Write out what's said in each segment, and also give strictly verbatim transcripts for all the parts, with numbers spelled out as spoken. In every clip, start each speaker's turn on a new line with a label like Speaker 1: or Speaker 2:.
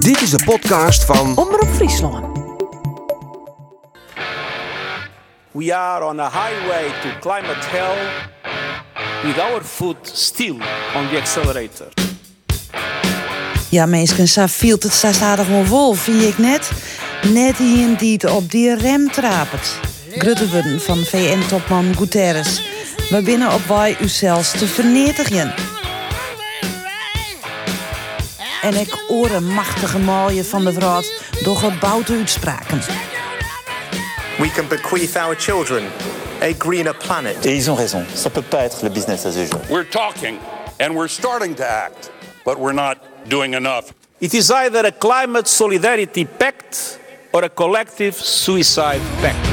Speaker 1: Dit is de podcast van
Speaker 2: Omroep Friesland.
Speaker 3: We are on a highway to climate hell with our foot still on the accelerator.
Speaker 2: Ja, mensen, zo viel het zo staat gewoon vol, vind ik net. Net hier die het op die rem trapert. Gruttewurden van V N-topman Guterres. We binnen op wij u zelfs te vernietigen. En ik oren machtige mooie van de vrouw door gebouwde uitspraken.
Speaker 4: We can bequeath our children a greener planet.
Speaker 5: Et ils ont raison, ça peut pas être le business as usual.
Speaker 6: We're talking and we're starting to act, but we're not doing enough.
Speaker 3: It is either a climate solidarity pact or a collective suicide pact.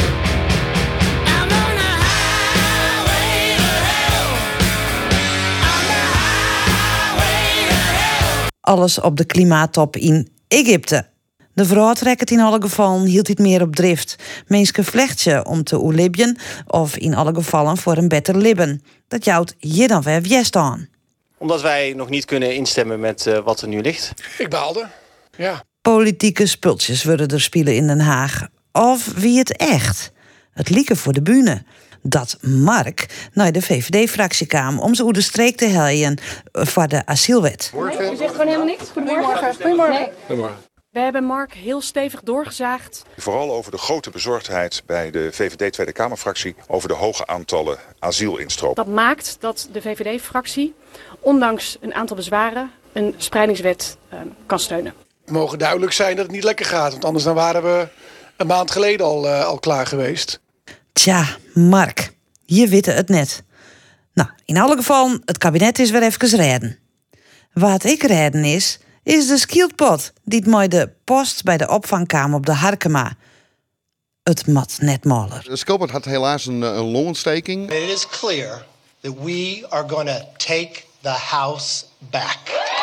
Speaker 2: Alles op de klimaattop in Egypte. De vrouw trekt het in alle gevallen hield het meer op drift. Mensen vlechtje om te oelibben of in alle gevallen voor een beter libben. Dat jouwt je dan weer west aan.
Speaker 7: Omdat wij nog niet kunnen instemmen met uh, wat er nu ligt.
Speaker 8: Ik baalde, ja.
Speaker 2: Politieke spultjes worden er spelen in Den Haag. Of wie het echt? Het lieken voor de bühne. Dat Mark naar de V V D-fractie kwam om ze hoe de streek te heljen voor de asielwet.
Speaker 9: Nee, u zegt gewoon helemaal niks? Goedemorgen. Goedemorgen. Nee.
Speaker 8: Goedemorgen.
Speaker 9: We hebben Mark heel stevig doorgezaagd.
Speaker 10: Vooral over de grote bezorgdheid bij de V V D Tweede Kamerfractie over de hoge aantallen asielinstroom.
Speaker 9: Dat maakt dat de V V D-fractie, ondanks een aantal bezwaren, een spreidingswet uh, kan steunen.
Speaker 8: We mogen duidelijk zijn dat het niet lekker gaat, want anders dan waren we een maand geleden al, uh, al klaar geweest.
Speaker 2: Tja, Mark, je weet het net. Nou, in alle gevallen, het kabinet is weer even redden. Wat ik redden is, is de skieldpot die het met de post bij de opvangkamer op de Harkema. Het mat net maler.
Speaker 11: De Skilpot had helaas een, een longontsteking.
Speaker 12: It is clear that we are going to take the house back.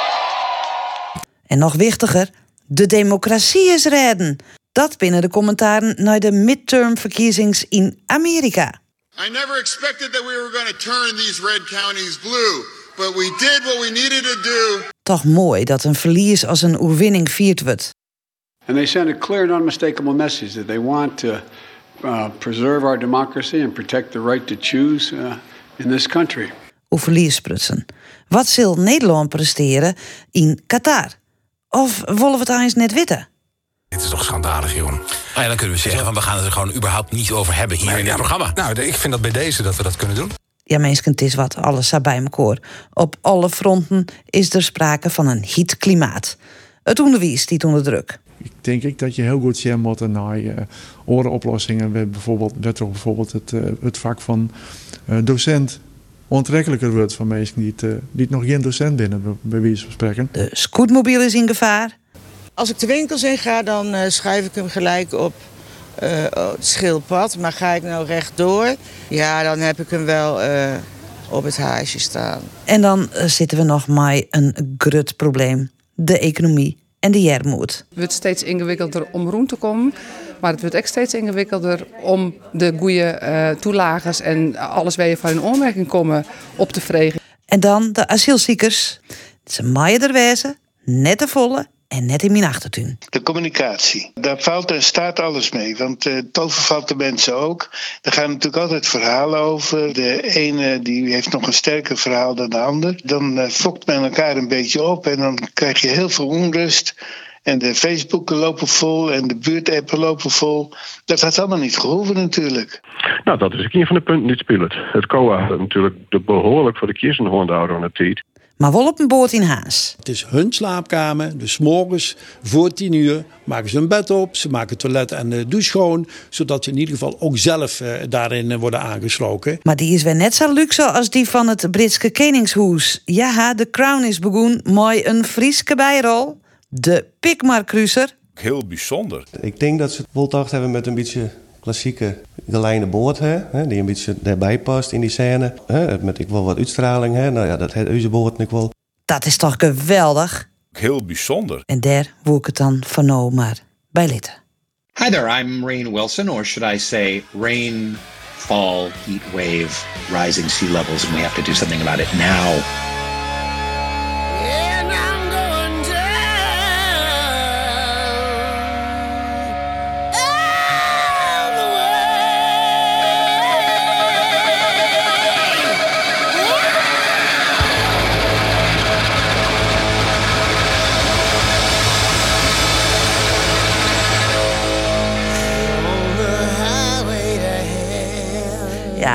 Speaker 2: En nog wichtiger, de democratie is redden. Dat binnen de commentaren naar de midtermverkiezings in Amerika.
Speaker 13: I never expected that we were going to turn these red counties blue, but we did what we needed to do.
Speaker 2: Toch mooi dat een verlies als een overwinning viert wordt.
Speaker 14: And they send a clear and unmistakable message that they want to uh, preserve our democracy and protect the right to choose uh, in this country.
Speaker 2: Hoe verliesprutsen. Wat zal Nederland presteren in Qatar? Of wollen we het eens net weten?
Speaker 15: Dit is toch schandalig, joh.
Speaker 16: Nou ja, dan kunnen we zeggen, van we gaan het er gewoon überhaupt niet over hebben hier
Speaker 15: maar,
Speaker 16: in het
Speaker 15: ja,
Speaker 16: programma.
Speaker 15: Nou, ik vind dat bij deze dat we dat kunnen doen.
Speaker 2: Ja, mensen, het is wat, alles staat bij elkaar. Op alle fronten is er sprake van een heet klimaat. Het onderwijs stiet onder druk.
Speaker 17: Ik denk ik dat je heel goed zien moet naar uh, andere oplossingen. We bijvoorbeeld, dat er bijvoorbeeld het, uh, het vak van uh, docent onttrekkelijker wordt van mensen die, het, uh, die het nog geen docent binnen, bij wijze van spreken.
Speaker 2: De scootmobiel is in gevaar.
Speaker 18: Als ik de winkels in ga, dan uh, schuif ik hem gelijk op uh, het schildpad. Maar ga ik nou rechtdoor, ja, dan heb ik hem wel uh, op het haasje staan.
Speaker 2: En dan uh, zitten we nog met een grut probleem. De economie en de jermoed.
Speaker 19: Het wordt steeds ingewikkelder om rond te komen. Maar het wordt ook steeds ingewikkelder om de goede uh, toelagers en alles waar je van in aanmerking komen op te vregen.
Speaker 2: En dan de asielziekers. Ze maaien er wezen, net de volle. En net in mijn achtertuin.
Speaker 20: De communicatie. Daar valt en staat alles mee. Want uh, het overvalt de mensen ook. Er gaan natuurlijk altijd verhalen over. De ene die heeft nog een sterker verhaal dan de ander. Dan uh, fokt men elkaar een beetje op. En dan krijg je heel veel onrust. En de Facebooken lopen vol. En de buurtappen lopen vol. Dat had allemaal niet gehoeven natuurlijk.
Speaker 6: Nou, dat is ook een van de punten die speelt. Het C O A natuurlijk de behoorlijk voor de kiezenhoorn houden aan het tijd.
Speaker 2: Maar wel op een boord in Haas.
Speaker 1: Het is hun slaapkamer, dus 's morgens voor tien uur maken ze hun bed op. Ze maken het toilet en de douche schoon. Zodat ze in ieder geval ook zelf uh, daarin uh, worden aangesloten.
Speaker 2: Maar die is weer net zo luxe als die van het Britse Koningshuis. Ja, de Crown is begonnen met een Frieske bijrol. De Pikmar-cruiser. Heel bijzonder.
Speaker 4: Ik denk dat ze het voltacht hebben met een beetje klassieke geleide boord, hè, die een beetje daarbij past in die scène. Hè, met ik wil wat uitstraling, hè. Nou ja, dat heeft deze boord ik wel.
Speaker 2: Dat is toch geweldig? Heel bijzonder. En daar wil ik het dan van nou maar bij litten.
Speaker 7: Hi there, I'm Rainn Wilson, or should I say rainfall, heat wave, rising sea levels, and we have to do something about it now.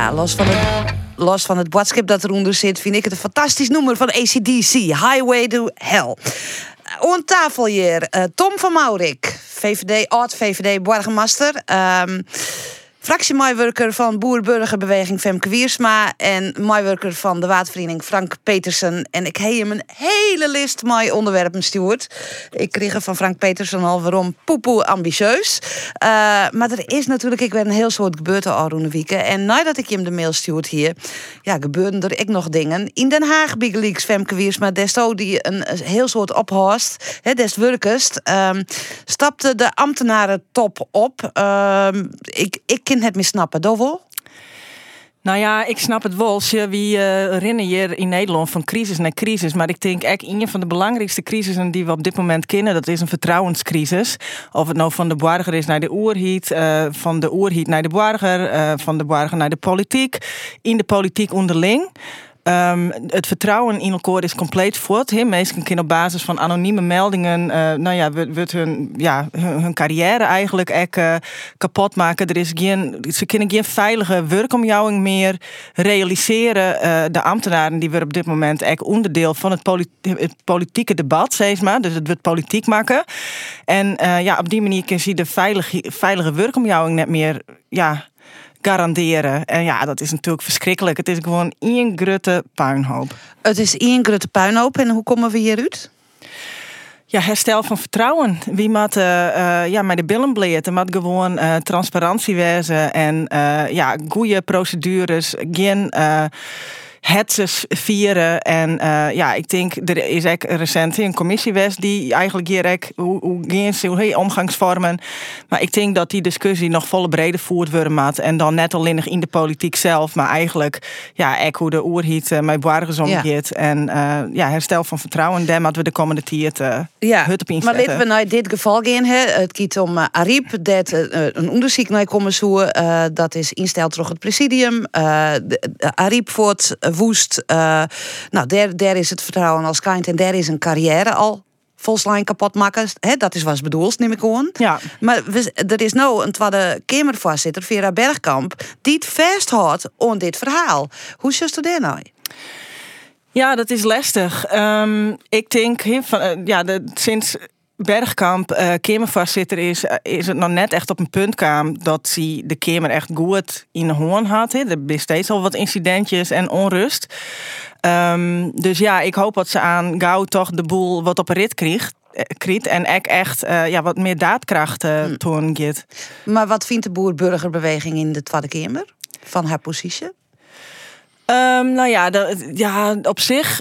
Speaker 2: Ja, los van het, los van het boodschap dat eronder zit, vind ik het een fantastisch nummer van A C D C, Highway to Hell. Aan tafel hier, uh, Tom van Maurik, V V D, oud-V V D-burgemeester. Um, fractiemeiwerker van Boer-Burgerbeweging Femke Wiersma en meiwerker van de watervereniging Frank Petersen. En ik heb hem een hele list met onderwerpen stuurd. Ik kreeg er van Frank Petersen al waarom poepoe ambitieus. Uh, maar er is natuurlijk ik weer een heel soort gebeurte al rond de weeken. En nadat ik hem de mail stuurd hier, ja, gebeurden er ik nog dingen. In Den Haag Bigleaks Femke Wiersma, desto die een heel soort ophost, hè, des werkest, um, stapte de ambtenarentop op. Um, ik, ik kan het me snappen, Dovel?
Speaker 21: Nou ja, ik snap het wel. Wie uh, rennen hier in Nederland van crisis naar crisis. Maar ik denk echt een van de belangrijkste crisissen die we op dit moment kennen, dat is een vertrouwenscrisis. Of het nou van de burger is naar de oerhiet, uh, van de oerhiet naar de burger, uh, van de burger naar de politiek, in de politiek onderling. Um, het vertrouwen in elkaar is compleet voort. Mensen kunnen op basis van anonieme meldingen uh, nou ja, wordt hun, ja, hun, hun carrière eigenlijk echt, uh, kapot maken. Er is geen, ze kunnen geen veilige werkomjouwing meer realiseren. Uh, de ambtenaren die worden op dit moment echt onderdeel van het, polit- het politieke debat, zeg maar. Dus het wordt politiek maken. En uh, ja, op die manier kun je de veilige, veilige werkomjouwing net meer, ja, garanderen. En ja, dat is natuurlijk verschrikkelijk. Het is gewoon één grote puinhoop.
Speaker 2: Het is één grote puinhoop. En hoe komen we hieruit?
Speaker 21: Ja, herstel van vertrouwen. Wie moet uh, uh, ja, met de billen bleed. Er moet gewoon uh, transparantie wezen. En uh, ja, goede procedures. Geen Uh, hetses vieren. En uh, ja, ik denk, er is ook recent een commissie geweest die eigenlijk hier ook, hoe, hoe gaan ze, hoe omgangsvormen. Maar ik denk dat die discussie nog volle brede voert worden moet. En dan net alleen nog in de politiek zelf, maar eigenlijk, ja, ook hoe de oerhiet uh, met burgers omgeet. Ja. En uh, ja, herstel van vertrouwen, daar moeten we de komende tijd uh,
Speaker 2: ja.
Speaker 21: hut op inzetten.
Speaker 2: Maar laten we naar dit geval gaan. Hè. Het gaat om uh, Ariep, dat uh, een onderzoek naar komen zoeken. Uh, dat is ingesteld door het presidium. Uh, de, de Ariep wordt woest. Uh, nou, daar, daar is het vertrouwen als kind en daar is een carrière al volslijn kapot maken. He, dat is wat ze bedoelt, neem ik aan.
Speaker 21: Ja.
Speaker 2: Maar we, er is nou een tweede kamervoorzitter, Vera Bergkamp, die het vasthoudt aan dit verhaal. Hoe zit u daar nou?
Speaker 21: Ja, dat is lastig. Um, ik denk, van, uh, ja, de, sinds Bergkamp uh, kamervoorzitter is, uh, is het nog net echt op een punt kwam dat hij de kamer echt goed in de hoorn had. He. Er is steeds al wat incidentjes en onrust. Um, dus ja, ik hoop dat ze aan gauw toch de boel wat op een rit kreeg. Kriet en ik echt uh, ja, wat meer daadkracht uh, hmm. toon gaat.
Speaker 2: Maar wat vindt de Boer-Burgerbeweging in de Tweede Kamer van haar positie?
Speaker 21: Um, nou ja, de, ja, op zich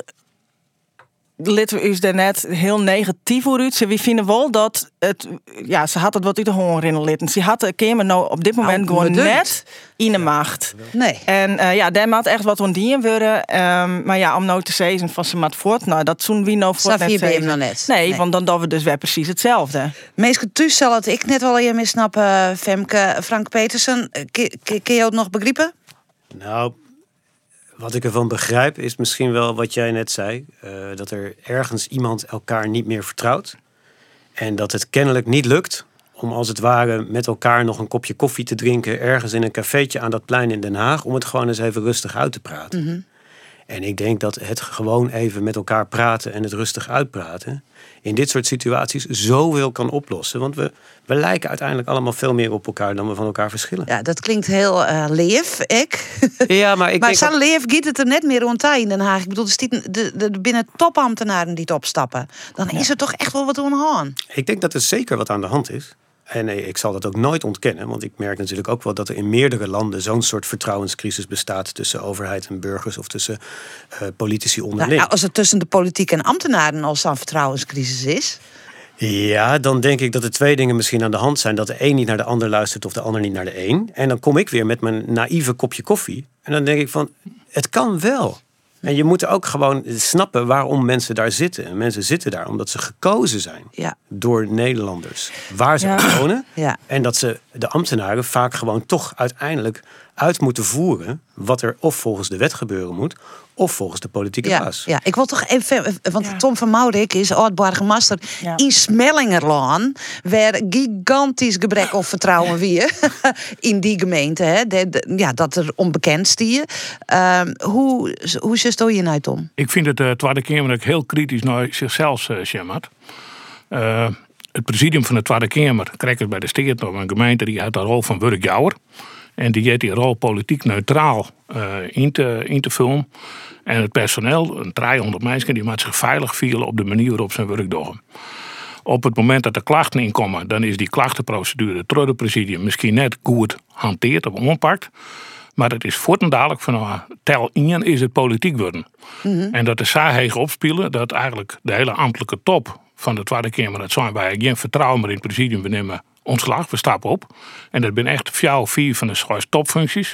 Speaker 21: lid is daar net heel negatief voor uit. We vinden wel dat het, ja, ze had het wat uit de honger in litten. Ze had de Kamer nou op dit moment nou, gewoon net in de macht.
Speaker 2: Nee.
Speaker 21: En uh, ja, daar moet echt wat aan dienen worden. Um, maar ja, om nou te zeggen van ze maakt voort, nou dat zoen wie nou voort net zeggen.
Speaker 2: Nou net.
Speaker 21: Nee,
Speaker 2: nee,
Speaker 21: want dan doen we dus weer precies hetzelfde.
Speaker 2: Meeske thuis zal het ik net wel even misnappen, Femke. Frank Petersen, kun je het nog begrijpen?
Speaker 22: Nou, wat ik ervan begrijp is misschien wel wat jij net zei. Uh, dat er ergens iemand elkaar niet meer vertrouwt. En dat het kennelijk niet lukt om als het ware met elkaar nog een kopje koffie te drinken ergens in een cafeetje aan dat plein in Den Haag, om het gewoon eens even rustig uit te praten. Mm-hmm. En ik denk dat het gewoon even met elkaar praten en het rustig uitpraten in dit soort situaties zoveel kan oplossen. Want we, we lijken uiteindelijk allemaal veel meer op elkaar dan we van elkaar verschillen.
Speaker 2: Ja, dat klinkt heel uh, leef, ik.
Speaker 22: Ja, maar ik
Speaker 2: maar
Speaker 22: denk
Speaker 2: zo'n
Speaker 22: dat...
Speaker 2: leef giet het er net meer rond in Den Haag. Ik bedoel, er zitten de, de, de binnen topambtenaren die het opstappen. Dan ja. is er toch echt wel wat aan de hand.
Speaker 22: Ik denk dat er zeker wat aan de hand is. En nee, ik zal dat ook nooit ontkennen. Want ik merk natuurlijk ook wel dat er in meerdere landen zo'n soort vertrouwenscrisis bestaat tussen overheid en burgers of tussen uh, politici onderling.
Speaker 2: Nou, als het tussen de politiek en ambtenaren al zo'n vertrouwenscrisis is.
Speaker 22: Ja, dan denk ik dat er twee dingen misschien aan de hand zijn. Dat de een niet naar de ander luistert of de ander niet naar de een. En dan kom ik weer met mijn naïeve kopje koffie. En dan denk ik van, het kan wel. En je moet ook gewoon snappen waarom mensen daar zitten. En mensen zitten daar omdat ze gekozen zijn
Speaker 2: ja. door
Speaker 22: Nederlanders. Waar ze ja. wonen.
Speaker 2: Ja.
Speaker 22: En dat ze de ambtenaren vaak gewoon toch uiteindelijk uit moeten voeren wat er of volgens de wet gebeuren moet, of volgens de politieke
Speaker 2: ja,
Speaker 22: baas.
Speaker 2: Ja, ik wil toch even, want ja. Tom van Maurik is oud-burgemeester
Speaker 21: Ja.
Speaker 2: in Smellingerlaan, waar gigantisch gebrek op vertrouwen weer in die gemeente, hè, de, de, ja, dat er onbekend stier. Uh, hoe hoe zie je nou, Tom?
Speaker 3: Ik vind het de Tweede Kamer ook heel kritisch naar zichzelf uh, schermt. Uh, het presidium van de Tweede Kamer krijgt het bij de Steert nog een gemeente die heeft de rol van wurkjouwer. En die heeft die rol politiek neutraal uh, in, te, in te vullen. En het personeel, een driehonderd mensen, die maakt zich veilig vielen op de manier waarop ze werk doen. Op het moment dat er klachten inkomen, dan is die klachtenprocedure door het presidium misschien net goed hanteerd of ompakt. Maar het is voortendadelijk van nou, tel in is het politiek worden. Mm-hmm. En dat de saaigen opspelen, dat eigenlijk de hele ambtelijke top van de Tweede Kamer, dat zijn wij geen vertrouwen meer in het presidium, we nemen ontslag, we stappen op. En dat zijn echt vier of vier van de schoois topfuncties.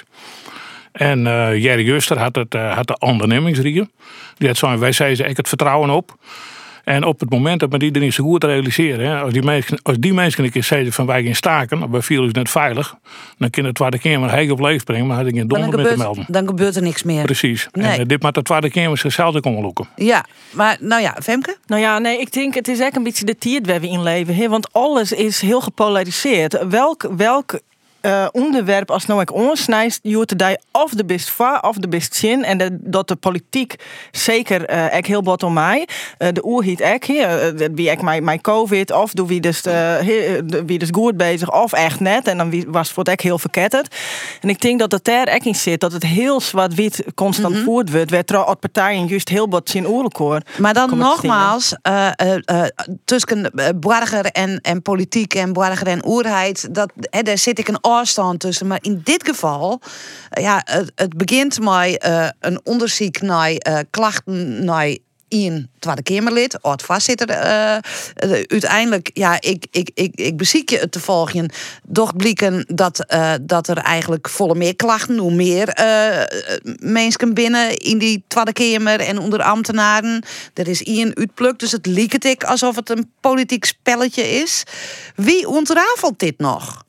Speaker 3: En uh, Jerry Juster had, het, uh, had de ondernemingsriegen. Die had zo'n, wij zeiden ik het vertrouwen op. En op het moment dat men die er niet zo goed realiseren, hè, als die mensen, als die mensen een keer zeiden van wij gaan staken, of wij vielen net veilig, dan kan de Tweede Kamer heeg op leeg springen, maar had ik geen donder meer te melden.
Speaker 2: Dan gebeurt er niks meer.
Speaker 3: Precies.
Speaker 2: Nee.
Speaker 3: En uh, dit moet de Tweede Kamer zichzelf ook onderzoeken.
Speaker 2: Ja, maar nou ja, Femke?
Speaker 21: Nou ja, nee, ik denk het is echt een beetje de tijd waar we in leven, hè, want alles is heel gepolariseerd. Welk, welk Uh, onderwerp als nou ik onsnijst, je hoort de of de best va of de best zin en de, dat de politiek zeker uh, ek heel bot om mij. Uh, de oerhiet ek hier, uh, wie ek mijn mijn COVID of doe wie dus uh, wie dus goed bezig of echt net en dan wie, was voor ek heel verketterd. En ik denk dat het daar ek in zit dat het heel zwart-wit constant mm-hmm. voert wordt, waar trouw partijen juist heel bot zien oorlog.
Speaker 2: Maar dan nogmaals, uh, uh, uh, tussen uh, burger en en politiek en burger en oerheid, dat hè, daar zit ik een afstand tussen. Maar in dit geval, ja, het, het begint met uh, een onderzoek naar uh, klachten naar een Tweede Kamerlid, oud voorzitter. Uh, uh, uiteindelijk, ja, ik, ik, ik, ik beziek je het te volgen. Doch blikken dat, uh, dat er eigenlijk volle meer klachten, hoe meer uh, mensen binnen in die Tweede Kamer en onder ambtenaren. Er is één uitpluk, dus het liekt ik alsof het een politiek spelletje is. Wie ontrafelt dit nog?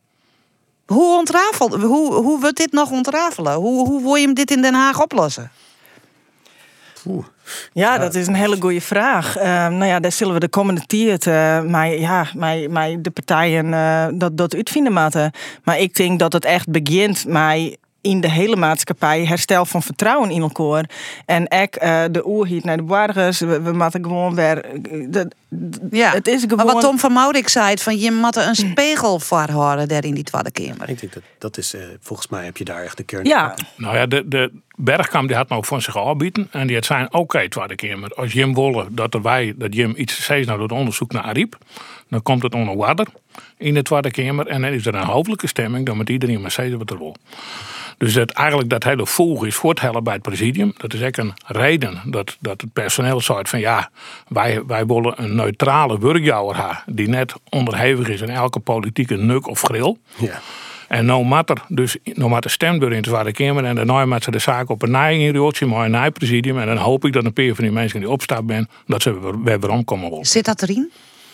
Speaker 2: Hoe ontrafelt, hoe, hoe wordt dit nog ontrafelen? Hoe, hoe wil je hem dit in Den Haag oplossen?
Speaker 21: Oeh. Ja, dat is een hele goede vraag. Uh, nou ja, daar zullen we de komende tijd, uh, maar ja, maar, maar de partijen uh, dat, dat uitvinden moeten. Maar ik denk dat het echt begint met in de hele maatschappij herstel van vertrouwen in elkaar. En ik, uh, de oerhiet naar de burgers, we, we moeten gewoon weer. De, de,
Speaker 2: ja,
Speaker 21: het is gewoon.
Speaker 2: Maar wat Tom van Maurik zei, van je moet een spiegel voorhouden daar in die Tweede Kamer.
Speaker 22: Ik denk dat dat is, uh, volgens mij heb je daar echt de kern.
Speaker 21: Ja.
Speaker 3: Nou ja, de, de Bergkamp die had nou van zich aanbieden en die had zijn oké okay, Tweede Kamer. Als Jim wilde dat er wij, dat Jim iets zei nou door het onderzoek naar Ariep, dan komt het onder water in de Tweede Kamer en dan is er een hoofdelijke stemming, dan moet iedereen maar zeggen wat er wil. Dus dat eigenlijk dat hele volg is voorthellen bij het presidium. Dat is echt een reden dat, dat het personeel zegt van ja, wij, wij willen een neutrale werkjouwer hebben die net onderhevig is aan elke politieke nuk of gril.
Speaker 22: Ja.
Speaker 3: En nou moet er dus nou moet er stemd worden in de Tweede Kamer en daarna moet ze de zaak op een nij inrieltje, maar een nij presidium. En dan hoop ik dat een paar van die mensen die opstaan ben, dat ze weer weer omkomen worden.
Speaker 2: Zit dat erin?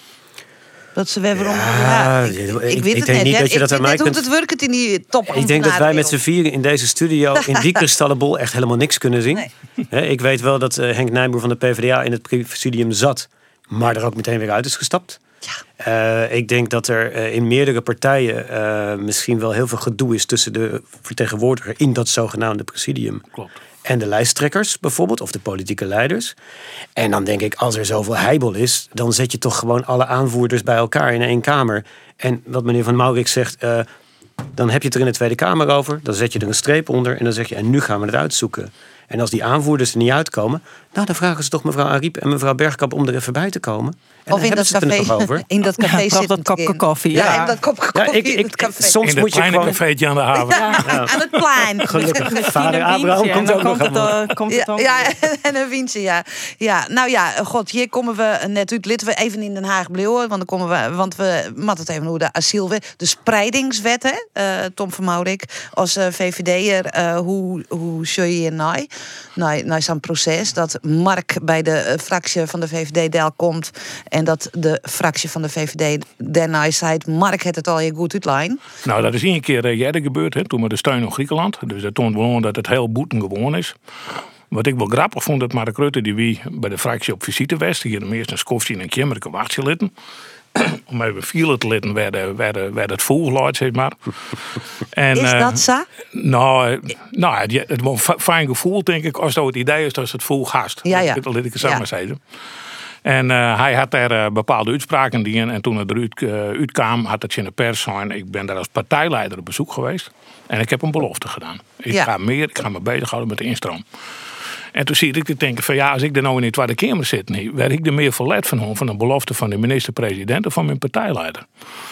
Speaker 2: Dat ze weer waarom.
Speaker 22: Ja,
Speaker 2: ja, ik, ik,
Speaker 22: ik,
Speaker 2: ik weet
Speaker 22: ik
Speaker 2: het
Speaker 22: denk
Speaker 2: net.
Speaker 22: niet
Speaker 2: Ja,
Speaker 22: dat je
Speaker 2: ik
Speaker 22: dat aan mij
Speaker 2: kunt...
Speaker 22: kunt...
Speaker 2: het werkt in die top.
Speaker 22: Ik denk dat wij met z'n vieren in deze studio in die kristallenbol echt helemaal niks kunnen zien. Nee. Ik weet wel dat Henk Nijboer van de PvdA in het presidium zat, maar er ook meteen weer uit is gestapt. Ja. Uh, ik denk dat er uh, in meerdere partijen uh, misschien wel heel veel gedoe is tussen de vertegenwoordiger in dat zogenaamde presidium.
Speaker 3: Klopt.
Speaker 22: En de lijsttrekkers bijvoorbeeld, of de politieke leiders. En dan denk ik, als er zoveel heibel is, dan zet je toch gewoon alle aanvoerders bij elkaar in één kamer. En wat meneer Van Maurik zegt, uh, dan heb je het er in de Tweede Kamer over. Dan zet je er een streep onder en dan zeg je, en nu gaan we het uitzoeken. En als die aanvoerders er niet uitkomen, nou dan vragen ze toch mevrouw Ariep en mevrouw Bergkamp om er even bij te komen. En
Speaker 2: of in dat, café, in dat café
Speaker 21: ja,
Speaker 2: zit
Speaker 21: dat kopje koffie.
Speaker 2: Ja,
Speaker 21: ja.
Speaker 2: in dat kopje koffie
Speaker 22: ja, ik, ik,
Speaker 2: in het café.
Speaker 22: Soms
Speaker 3: in
Speaker 22: moet je gewoon...
Speaker 3: cafeetje aan de haven.
Speaker 2: Ja, ja. Aan het plein.
Speaker 22: Gelukkig. Vader Abraham komt ook nog aan.
Speaker 2: Ja, ja, en een windje, ja. ja. Nou ja, god, hier komen we net uit. Laten we even in Den Haag blijven, want dan komen we, want we moeten het even hoe de asielwet, de spreidingswet, hè, uh, Tom van Maurik, als uh, V V D'er, uh, hoe hoe zul je naar, naar, naar zo'n proces? Dat Mark bij de uh, fractie van de V V D deel komt en dat de fractie van de V V D daarna zei, Mark heeft het al je goed uitlijn.
Speaker 3: Nou, dat is één keer uh, eerder gebeurd, hè, toen met de steun op Griekenland. Dus dat toont wel dat het heel boetengewoon is. Wat ik wel grappig vond, dat Mark Rutte die wie bij de fractie op visite was, hier de meeste Skofstie en Kimmerke wachtje litten. Om even vielen te litten werden, werden, werd het volgeluid, zeg maar. En,
Speaker 2: is dat zo?
Speaker 3: Uh, nou, nou, het, het was een fijn gevoel, denk ik, als dat het idee is dat het vol gast.
Speaker 2: Ja, ja.
Speaker 3: Dat liet ik het zo maar zeggen. En uh, hij had daar uh, bepaalde uitspraken die en toen het eruit uh, uitkwam, had het in de pers zijn. Ik ben daar als partijleider op bezoek geweest. En ik heb een belofte gedaan. Ik
Speaker 2: ja.
Speaker 3: ga meer, ik ga me bezighouden met de instroom. En toen zie ik te denken van ja, als ik er nou in de Tweede Kamer zit, nee, werd ik er meer verlet van hem, van een belofte van de minister-president of van mijn partijleider.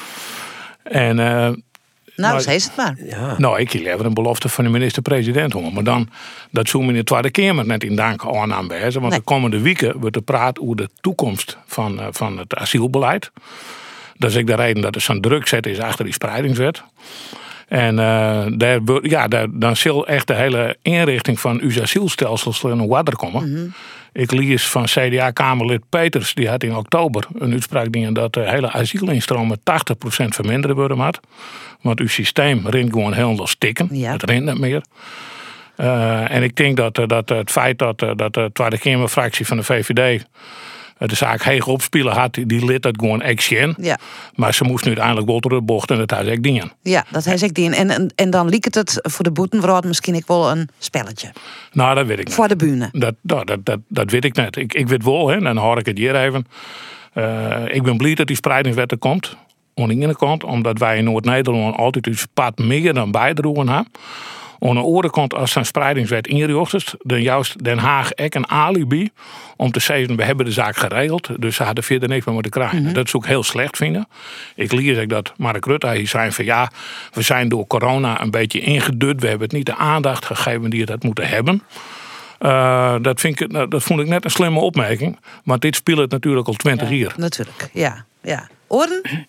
Speaker 3: En uh,
Speaker 2: nou,
Speaker 3: nou,
Speaker 2: zo is het maar.
Speaker 3: Ja. Nou, ik liever een belofte van de minister-president hoor. Maar dan, dat zou me in de Tweede Kamer net in dank aan beheersen. Want nee. de komende weken wordt er praat over de toekomst van, uh, van het asielbeleid. Dat is ook de reden dat er zo'n druk zet is achter die spreidingswet. En uh, daar, ja, daar, dan zal echt de hele inrichting van uw asielstelsels nog water komen. Mm-hmm. Ik lees van C D A-Kamerlid Peters, die had in oktober een uitspraak die dat de hele asielinstroom met tachtig procent verminderen worden had. Want uw systeem rent gewoon helemaal stikken. Ja. Het rent niet meer. Uh, en ik denk dat, dat het feit dat, dat de Tweede Kamerfractie van de V V D de zaak heeg opspelen had, die lid dat gewoon action.
Speaker 2: Ja.
Speaker 3: Maar ze moest nu uiteindelijk wel door de bocht en dat hij ook dingen.
Speaker 2: Ja, dat hij ook dingen. En, en, en dan liep het het voor de boetenvrouw misschien ik wel een spelletje.
Speaker 3: Nou, dat weet ik niet.
Speaker 2: Voor de bühne.
Speaker 3: Dat, dat, dat, dat, dat weet ik net. Ik, ik weet wel, hè, dan hoor ik het hier even. Uh, ik ben blij dat die spreidingswet er komt. Aan de ene kant, omdat wij in Noord-Nederland altijd iets pad meer dan bijdroegen hebben. Aan de andere kant, als zo'n spreidingswet inricht, dan juist Den Haag ook een alibi om te zeggen, we hebben de zaak geregeld, dus ze hadden verder niks meer moeten krijgen. Mm-hmm. Dat zou ik heel slecht vinden. Ik lees ook dat Mark Rutte hier zei van ja, we zijn door corona een beetje ingedut, we hebben het niet de aandacht gegeven die het had moeten hebben. Uh, dat, vind ik, dat vond ik net een slimme opmerking, maar dit speelt het natuurlijk al twintig
Speaker 2: ja,
Speaker 3: jaar.
Speaker 2: Natuurlijk, ja. ja. Oren?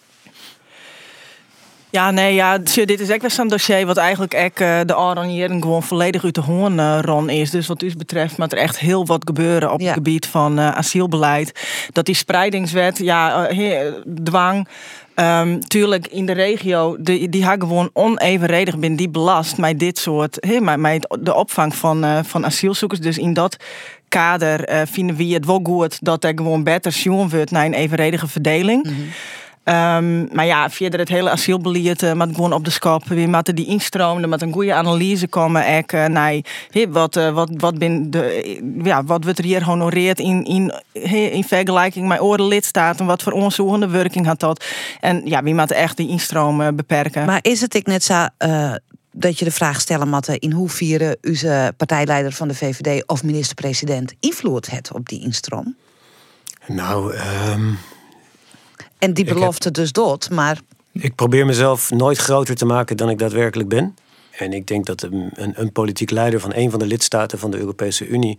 Speaker 21: Ja, nee, ja, dit is echt wel zo'n dossier wat eigenlijk echt, uh, de oranje gewoon volledig uit de hoorn uh, ron is. Dus wat u betreft moet er echt heel wat gebeuren op ja. het gebied van uh, asielbeleid. Dat die spreidingswet, ja, uh, dwang. Um, tuurlijk, in de regio, die, die haar gewoon onevenredig binnen die belast met dit soort, he, met, met de opvang van, uh, van asielzoekers. Dus in dat kader uh, vinden we het wel goed dat er gewoon beter zien wordt naar een evenredige verdeling. Mm-hmm. Um, maar ja, verder het hele asielbeleid uh, moet gewoon op de schop. We moeten die instromen, er moet een goede analyse komen. Ek, uh, nee, he, wat, uh, wat, wat, bin de, ja, wat wordt er hier gehonoreerd in, in, he, in vergelijking met andere lidstaten? Wat voor onderzoekende werking had dat? En ja, we moeten echt die instroom beperken.
Speaker 2: Maar is het ik net zo uh, dat je de vraag stellen moet in hoeverre onze partijleider van de V V D of minister-president invloed heeft op die instroom?
Speaker 22: Nou, um...
Speaker 2: En die belofte heb, dus dood, maar...
Speaker 22: Ik probeer mezelf nooit groter te maken dan ik daadwerkelijk ben. En ik denk dat een, een, een politiek leider van een van de lidstaten van de Europese Unie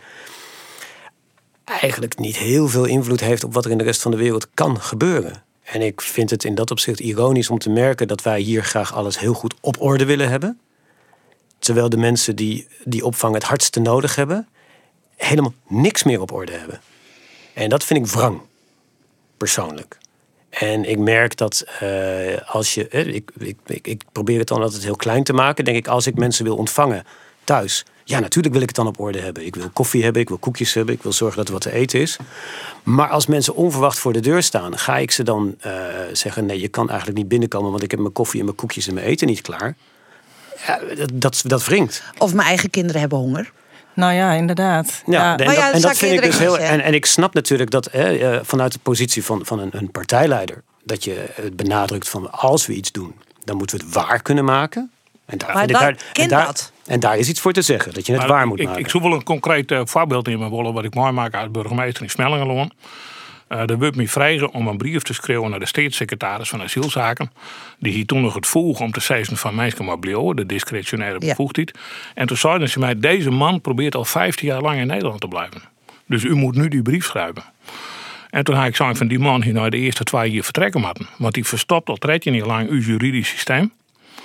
Speaker 22: eigenlijk niet heel veel invloed heeft op wat er in de rest van de wereld kan gebeuren. En ik vind het in dat opzicht ironisch om te merken dat wij hier graag alles heel goed op orde willen hebben. Terwijl de mensen die die opvang het hardste nodig hebben, helemaal niks meer op orde hebben. En dat vind ik wrang, persoonlijk. En ik merk dat uh, als je... Eh, ik, ik, ik, ik probeer het dan altijd heel klein te maken. Denk ik, als ik mensen wil ontvangen thuis... Ja, natuurlijk wil ik het dan op orde hebben. Ik wil koffie hebben, ik wil koekjes hebben... ik wil zorgen dat er wat te eten is. Maar als mensen onverwacht voor de deur staan... ga ik ze dan uh, zeggen... nee, je kan eigenlijk niet binnenkomen... want ik heb mijn koffie en mijn koekjes en mijn eten niet klaar. Ja, dat, dat, dat wringt.
Speaker 2: Of mijn eigen kinderen hebben honger.
Speaker 21: Nou ja, inderdaad.
Speaker 22: Ja,
Speaker 21: ja.
Speaker 22: En, dat, ja, en dat vind ik dus heel. En, en ik snap natuurlijk dat eh, vanuit de positie van, van een, een partijleider, dat je het benadrukt van als we iets doen, dan moeten we het waar kunnen maken. En daar,
Speaker 2: maar
Speaker 22: en
Speaker 2: dan
Speaker 22: daar, en, daar,
Speaker 2: dat.
Speaker 22: en daar is iets voor te zeggen, dat je het
Speaker 3: maar
Speaker 22: waar moet
Speaker 3: ik,
Speaker 22: maken.
Speaker 3: Ik zou wel een concreet uh, voorbeeld nemen willen, wat ik mooi maak uit burgemeester in Smellingenloon. Uh, er werd mij vragen om een brief te schrijven naar de staatssecretaris van asielzaken. Die hier toen nog het vroeg om te zeggen van mensen maar blijven, de discretionaire bevoegdheid. Ja. En toen zeiden ze mij, deze man probeert al vijftien jaar lang in Nederland te blijven. Dus u moet nu die brief schrijven. En toen had ik gezegd van die man die nou de eerste twee jaar vertrekken moeten. Want die verstopt al dertien jaar lang uw juridisch systeem.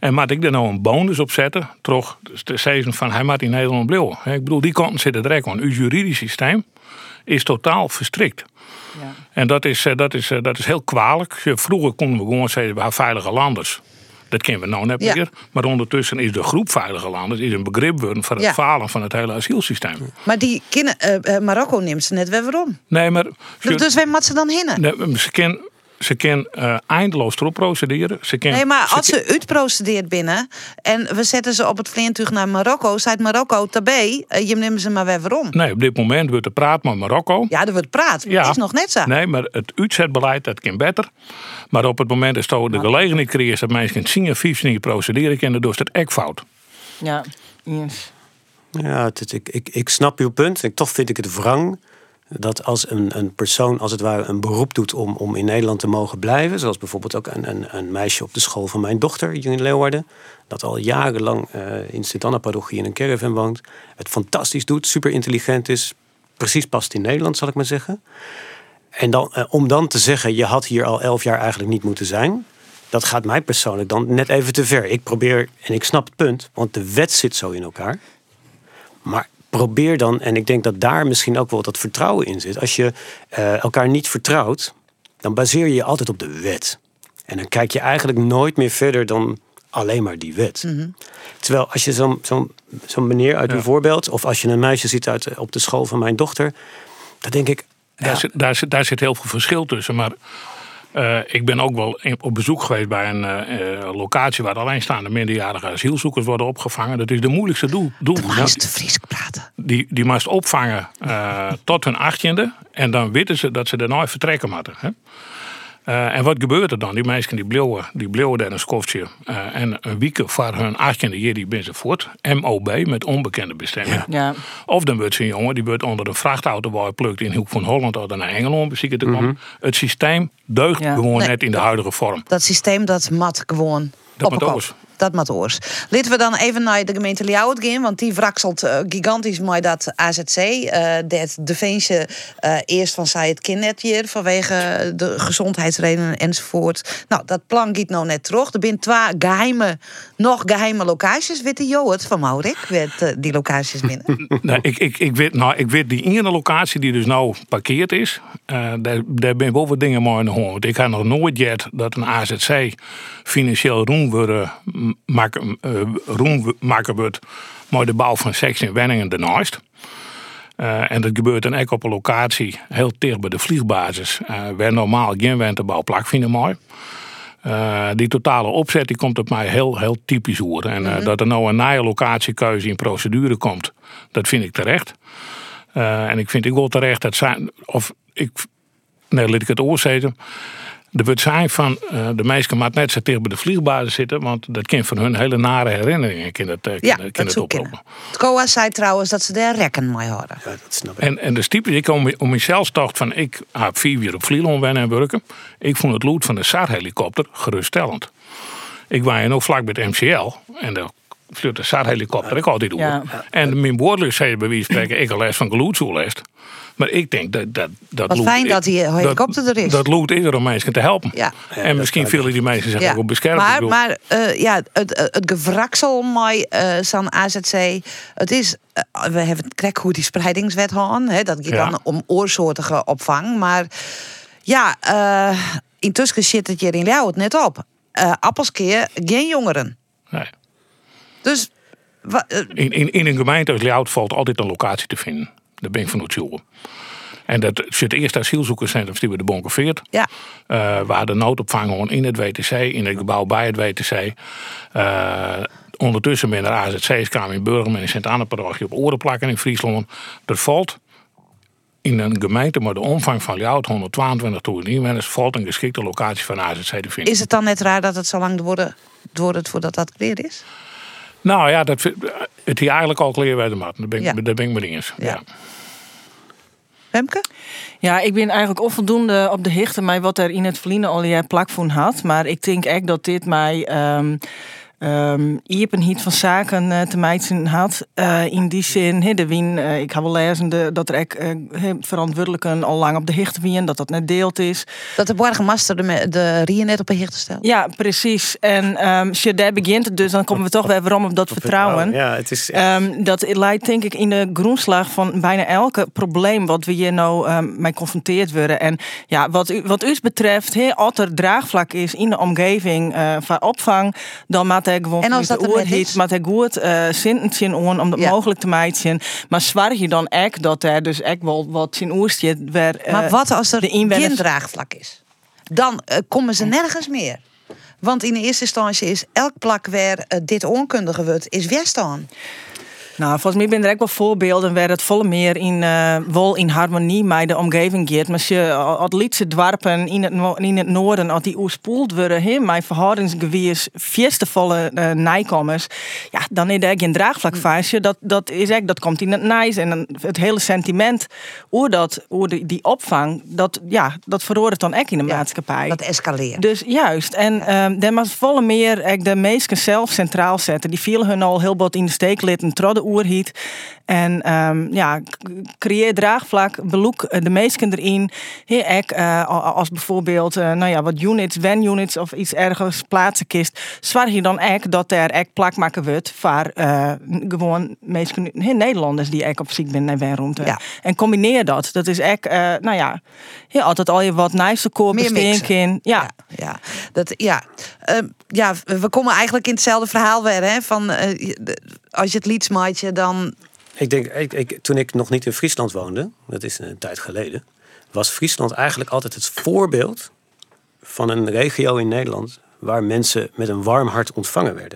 Speaker 3: En moet ik er nou een bonus op zetten, toch te zeggen van hij moet in Nederland blijven. Ik bedoel, die kanten zitten direct aan. Uw juridisch systeem is totaal verstrikt. Ja. En dat is, dat, is, dat is heel kwalijk. Vroeger konden we gewoon zeggen, we hebben veilige landers. Dat kennen we nou net ja. meer. Maar ondertussen is de groep veilige landers is een begrip worden voor het ja. falen van het hele asielsysteem.
Speaker 2: Maar die kennen, uh, Marokko neemt ze net weer waarom.
Speaker 3: Nee, maar...
Speaker 2: Dus, dus waar moet ze dan heen?
Speaker 3: Nee, ze kennen... Ze kan uh, eindeloos erop procederen. Ze kan,
Speaker 2: nee, maar
Speaker 3: ze
Speaker 2: als ze uitprocedeert binnen en we zetten ze op het vliegtuig naar Marokko, zei Marokko daarbij, uh, je neemt ze maar weer waarom.
Speaker 3: Nee, op dit moment wordt er praat met Marokko.
Speaker 2: Ja, er wordt praat. Ja. Dat is nog net zo.
Speaker 3: Nee, maar het uitzetbeleid, dat kan beter. Maar op het moment dat je de gelegenheid creëert dat mensen zien en vijf niet procederen kunnen, dan is het echt fout.
Speaker 21: Ja, yes.
Speaker 22: Ja, het, ik, ik, ik snap uw punt. Ik, toch vind ik het wrang dat als een, een persoon als het ware een beroep doet om, om in Nederland te mogen blijven, zoals bijvoorbeeld ook een, een, een meisje op de school van mijn dochter hier in Leeuwarden, dat al jarenlang uh, in Sint-Anna-parochie in een caravan woont, het fantastisch doet, super intelligent is, precies past in Nederland, zal ik maar zeggen. En dan, uh, om dan te zeggen, je had hier al elf jaar eigenlijk niet moeten zijn, dat gaat mij persoonlijk dan net even te ver. Ik probeer, en ik snap het punt, want de wet zit zo in elkaar. Maar probeer dan, en ik denk dat daar misschien ook wel dat vertrouwen in zit. Als je uh, elkaar niet vertrouwt, dan baseer je je altijd op de wet. En dan kijk je eigenlijk nooit meer verder dan alleen maar die wet. Mm-hmm. Terwijl als je zo'n zo'n zo'n meneer uit ja. uw voorbeeld, of als je een meisje ziet uit, op de school van mijn dochter, dan denk ik,
Speaker 3: Daar, ja. zit, daar, zit, daar zit heel veel verschil tussen. Maar uh, ik ben ook wel op bezoek geweest bij een uh, locatie waar alleenstaande minderjarige asielzoekers worden opgevangen. Dat is de moeilijkste doel. doel.
Speaker 2: De meeste Fries praten.
Speaker 3: Die, die moest opvangen uh, tot hun achttiende. En dan weten ze dat ze er nooit vertrekken moeten. Hè? Uh, en wat gebeurt er dan? Die mensen die bleven, die bleven daar een skofje. Uh, en een week voor hun achttiende jaar die ben ze voort. M O B met onbekende bestemming. Ja. Ja. Of dan wordt ze een jongen die wordt onder een vrachtauto waar je plukt in Hoek van Holland of naar Engeland bezieken te komen. Mm-hmm. Het systeem deugt ja. gewoon nee, net in de huidige vorm.
Speaker 2: Dat systeem dat mat gewoon
Speaker 3: dat op oors.
Speaker 2: Dat mat oors. Laten we dan even naar de gemeente Ljouwert gaan, want die wrakselt uh, gigantisch met dat A Z C. Uh, dat de Veensje uh, eerst van zei het kind net hier vanwege de gezondheidsredenen enzovoort. Nou, dat plan gaat nou net terug. Er zijn twee geheime, nog geheime locaties. Weet je het van Maurik? Weet uh, die locaties binnen?
Speaker 3: Nee, ik, ik, ik, weet, nou, ik weet die ene locatie die dus nou parkeerd is. Uh, daar, daar ben ik wel wat dingen mooi in de hand. Ik heb nog nooit gehad dat een A Z C financieel roem worden maken, uh, roem maken wordt met de bouw van seks in Wenningen daarnaast. Uh, en dat gebeurt dan ook op een locatie heel dicht bij de vliegbasis, uh, waar normaal geen wenterbouw plak vinden mooi. Uh, die totale opzet die komt op mij heel, heel typisch hoor. En uh, mm-hmm. dat er nou een nieuwe locatiekeuze in procedure komt, dat vind ik terecht. Uh, en ik vind ik wel terecht dat zijn, of ik, nee, laat ik het oorzeten. Er wordt zijn van uh, de meesten maar net zo tegen bij de vliegbasis zitten, want dat kan van hun hele nare herinneringen kan het, uh,
Speaker 2: ja,
Speaker 3: kan, kan
Speaker 2: dat
Speaker 3: het oproepen.
Speaker 2: Het C O A zei trouwens dat ze daar rekken mee hadden.
Speaker 22: Ja, dat snap ik.
Speaker 3: En, en de typisch, ik om, om mezelf dacht van ik heb vier jaar op Vlieland wennen en werken. Ik vond het lood van de S A R-helikopter geruststellend. Ik was nog vlak bij het M C L en de vlucht de S A R-helikopter ik altijd doen. Ja. En mijn woordelijk zei bij wie spreken ik al les van geloedsoelest. Maar ik denk dat dat dat
Speaker 2: Wat
Speaker 3: lood,
Speaker 2: fijn dat die helikopter er is.
Speaker 3: Dat lood is er om mensen te helpen.
Speaker 2: Ja.
Speaker 3: En ja, misschien willen die mensen zich
Speaker 2: ja.
Speaker 3: ook op beschermen.
Speaker 2: Maar, maar uh, ja, het, het gevraksel met uh, zo'n A Z C, het is, uh, we hebben het krek hoe die spreidingswet gaan, hè, dat gaat ja. dan om oorsoortige opvang. Maar ja, uh, intussen zit het hier in Ljouwert net op. Uh, appelskeer, geen jongeren.
Speaker 3: Nee.
Speaker 2: Dus wa, uh,
Speaker 3: in, in, in een gemeente als Ljouwert valt altijd een locatie te vinden. Daar ben ik van uitzoeken. En dat zit eerst asielzoekerscentrum die we de Bonkeveert.
Speaker 2: Ja.
Speaker 3: Uh, waar de noodopvang gewoon in het W T C, in het gebouw bij het W T C. Uh, ondertussen ben er A Z C's kwamen in Burgum en in Sint-Anna-parochie op orenplakken in Friesland. Er valt in een gemeente met de omvang van Ljouwert honderdtweeëntwintigduizend inwoners valt een geschikte locatie van A Z C te vinden.
Speaker 2: Is het dan net raar dat het zo lang wordt, wordt voordat dat klaar is?
Speaker 3: Nou ja, dat, het hier eigenlijk al klaar bij de mat. Daar ben ik, ja. daar ben ik mee eens. Ja. Ja.
Speaker 2: Femke?
Speaker 21: Ja, ik ben eigenlijk onvoldoende op de hichte met wat er in het verliezen al je plakvoen had. Maar ik denk echt dat dit mij um, um, iepenheid van zaken uh, te maken had. Uh, in die zin, he, de wien, uh, ik heb wel lezen de, dat er ook uh, verantwoordelijken al lang op de hicht wien, dat dat net deelt is.
Speaker 2: Dat de borgmaster de, de Rien net op een hicht stelt.
Speaker 21: Ja, precies. En um, als je daar begint het dus, dan komen we toch weer waarom op dat op vertrouwen.
Speaker 22: vertrouwen. Ja, het is echt...
Speaker 21: um, dat leidt denk ik in de grondslag van bijna elke probleem wat we hier nou um, mee confronteerd worden. En ja, wat u, wat u betreft, he, als er draagvlak is in de omgeving uh, van opvang, dan maakt hij gewoon
Speaker 2: en als dat er
Speaker 21: is, maakt hij goed uh, zin on om dat ja. mogelijk te maken. Maar zwaar je dan echt dat er dus echt wel wat in oerstje weer. Uh,
Speaker 2: maar wat als er
Speaker 21: de inwoners...
Speaker 2: geen draagvlak is? Dan uh, komen ze nergens meer. Want in de eerste instantie is elk plak waar uh, dit onkundige wordt, is weerstaan.
Speaker 21: Nou, volgens mij zijn er ook wel voorbeelden waar het volle meer in, uh, wel in harmonie met de omgeving gaat. Maar als je als Lietse dwarpen in het, no- in het noorden, als die oorspoeld worden, he, met verhoudingsgeweers, fiestevolle uh, nijkomers, ja, dan is er geen draagvlakfase. Dat, dat is echt, dat komt in het nijs. En dan, het hele sentiment over dat, over die, die opvang, dat, ja, dat verhoort dan ook in de ja, maatschappij.
Speaker 2: Dat escaleert.
Speaker 21: Dus juist. En um, daar moet volle meer echt de mensen zelf centraal zetten. Die vielen hun al heel wat in de steek litten, trodden oerhiet. En um, ja, creëer draagvlak, beloek de meesten erin. He, ek, uh, als bijvoorbeeld uh, nou ja, wat units, wen units of iets ergens plaatsen kist, zwaar je dan ek dat er ek plak maken wordt voor uh, gewoon meesten, he, Nederlanders die ek op ziek zijn naar wenruimte. Ja. En combineer dat. Dat is ek, uh, nou ja, he, altijd al je wat nice koop in. Ja.
Speaker 2: Ja, ja. Dat, ja. Uh, ja, we komen eigenlijk in hetzelfde verhaal weer, hè? Van uh, als je het lied maatje, dan.
Speaker 22: Ik denk, ik, ik, toen ik nog niet in Friesland woonde, dat is een tijd geleden, was Friesland eigenlijk altijd het voorbeeld van een regio in Nederland waar mensen met een warm hart ontvangen werden.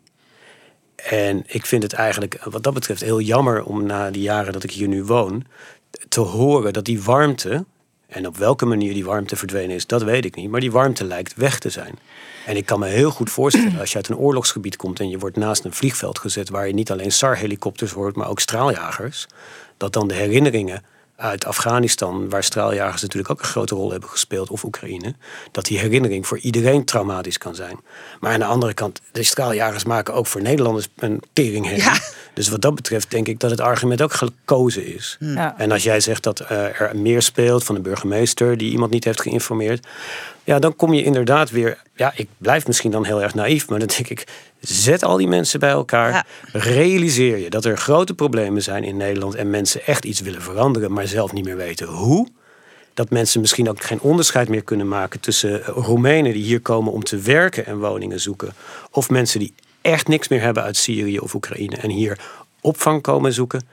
Speaker 22: En ik vind het eigenlijk wat dat betreft heel jammer om na die jaren dat ik hier nu woon te horen dat die warmte, en op welke manier die warmte verdwenen is, dat weet ik niet, maar die warmte lijkt weg te zijn. En ik kan me heel goed voorstellen, als je uit een oorlogsgebied komt en je wordt naast een vliegveld gezet waar je niet alleen S A R-helikopters hoort, maar ook straaljagers, dat dan de herinneringen uit Afghanistan, waar straaljagers natuurlijk ook een grote rol hebben gespeeld, of Oekraïne, dat die herinnering voor iedereen traumatisch kan zijn. Maar aan de andere kant, de straaljagers maken ook voor Nederlanders een teringherrie. Ja. Dus wat dat betreft denk ik dat het argument ook gekozen is. Ja. En als jij zegt dat uh, er meer speelt van de burgemeester die iemand niet heeft geïnformeerd, ja, dan kom je inderdaad weer. Ja, ik blijf misschien dan heel erg naïef, maar dan denk ik, zet al die mensen bij elkaar. Ja. Realiseer je dat er grote problemen zijn in Nederland en mensen echt iets willen veranderen, maar zelf niet meer weten hoe. Dat mensen misschien ook geen onderscheid meer kunnen maken tussen Roemenen die hier komen om te werken en woningen zoeken, of mensen die echt niks meer hebben uit Syrië of Oekraïne en hier opvang komen zoeken.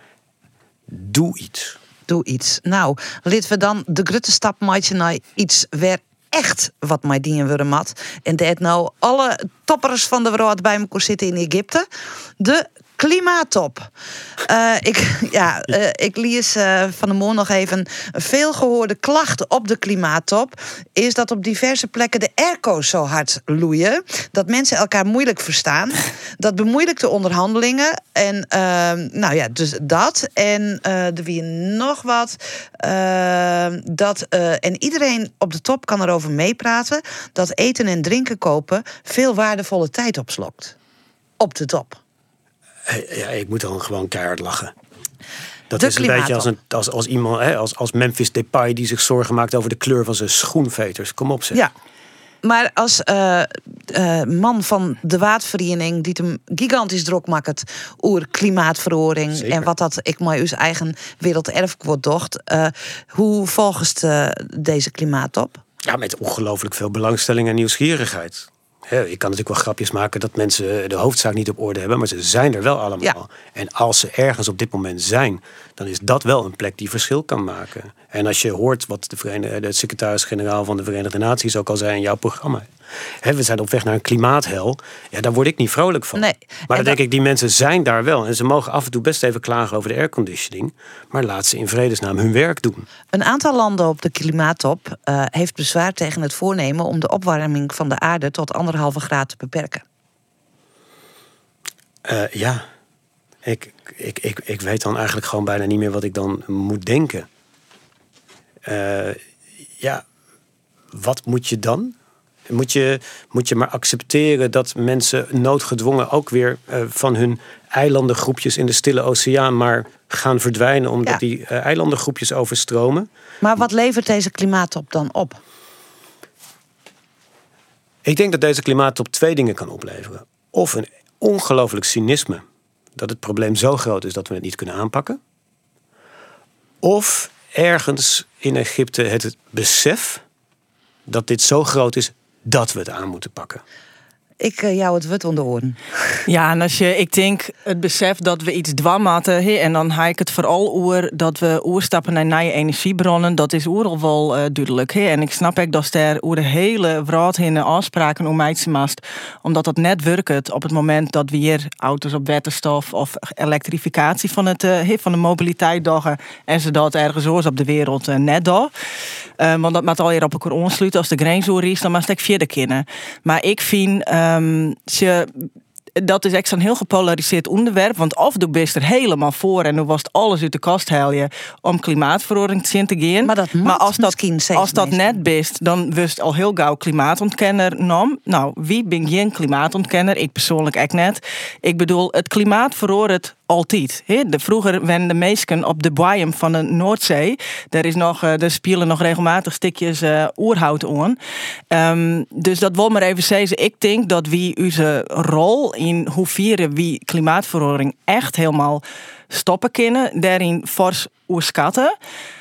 Speaker 22: Doe iets.
Speaker 2: Doe iets. Nou, laten we dan de grote stap maken naar iets waar echt wat mij dienen worden mat. En dat nou alle toppers van de wereld bij elkaar zitten in Egypte. De klimaattop. Uh, ik, ja, uh, ik lees uh, van de morgen nog even een veelgehoorde klacht op de klimaattop. Is dat op diverse plekken de airco's zo hard loeien. Dat mensen elkaar moeilijk verstaan. Dat bemoeilijkt de onderhandelingen. En uh, nou ja, dus dat. En uh, er weer nog wat. Uh, dat, uh, en iedereen op de top kan erover meepraten. Dat eten en drinken kopen veel waardevolle tijd opslokt. Op de top.
Speaker 22: Ja, ik moet dan gewoon keihard lachen. Dat de is een beetje als, een, als, als iemand, hè, als, als Memphis Depay die zich zorgen maakt over de kleur van zijn schoenveters. Kom op, zeg.
Speaker 2: Ja, maar als uh, uh, man van de Waadvereniging die hem gigantisch druk maakt over klimaatverandering Zeker. En wat dat ik maar uw eigen werelderfgoed docht. Uh, hoe volgt uh, deze klimaattop?
Speaker 22: Ja, met ongelooflijk veel belangstelling en nieuwsgierigheid. Ja, je kan natuurlijk wel grapjes maken dat mensen de hoofdzaak niet op orde hebben, maar ze zijn er wel allemaal. Ja. En als ze ergens op dit moment zijn, dan is dat wel een plek die verschil kan maken. En als je hoort wat de, Verenigde, de secretaris-generaal van de Verenigde Naties ook al zei in jouw programma. He, we zijn op weg naar een klimaathel. Ja, daar word ik niet vrolijk van.
Speaker 2: Nee.
Speaker 22: Maar dan, dan denk ik, die mensen zijn daar wel. En ze mogen af en toe best even klagen over de airconditioning. Maar laat ze in vredesnaam hun werk doen.
Speaker 2: Een aantal landen op de klimaattop uh, heeft bezwaar tegen het voornemen om de opwarming van de aarde tot anderhalve graad te beperken.
Speaker 22: Uh, ja, ik, ik, ik, ik weet dan eigenlijk gewoon bijna niet meer wat ik dan moet denken. Uh, ja, wat moet je dan? moet je, moet je maar accepteren dat mensen noodgedwongen ook weer uh, van hun eilandengroepjes in de Stille Oceaan maar gaan verdwijnen omdat ja. die uh, eilandengroepjes overstromen.
Speaker 2: Maar wat levert deze klimaattop dan op?
Speaker 22: Ik denk dat deze klimaattop twee dingen kan opleveren. Of een ongelooflijk cynisme, dat het probleem zo groot is dat we het niet kunnen aanpakken. Of ergens in Egypte het besef dat dit zo groot is dat we het aan moeten pakken.
Speaker 2: Ik uh, jou het wat onder oren.
Speaker 21: Ja, en als je, ik denk, het besef dat we iets dwam hadden, he, en dan ga ik het vooral over dat we oerstappen naar nieuwe energiebronnen, dat is oeral wel uh, duidelijk. He. En ik snap ook dat er over de hele wereld heen afspraken om mij te mast, omdat dat net werkt op het moment dat we hier auto's op waterstof of elektrificatie van, het, uh, van de mobiliteit doggen en ze dat ergens oors op de wereld uh, net doen. Uh, want dat moet al hier op elkaar aansluiten. Als de grens zo is, dan mag ik verder kennen. Maar ik vind, um, ze, dat is echt zo'n heel gepolariseerd onderwerp. Want of doe best er helemaal voor en dan was het alles uit de kast halen om klimaatverandering te zien te gaan.
Speaker 2: Maar, dat
Speaker 21: maar als dat, als dat
Speaker 2: meestal.
Speaker 21: net best, dan wist al heel gauw klimaatontkenner nam. Nou, wie ben geen klimaatontkenner? Ik persoonlijk echt net. Ik bedoel, het klimaat verandert altijd. He, de, vroeger werden de meesken op de boeien van de Noordzee. Daar is nog, er spelen nog regelmatig stukjes uh, oerhout aan. Um, dus dat wil maar even zeggen. Ik denk dat wie onze rol in hoe vieren wie klimaatverandering echt helemaal stoppen kunnen, daarin fors oerschatten.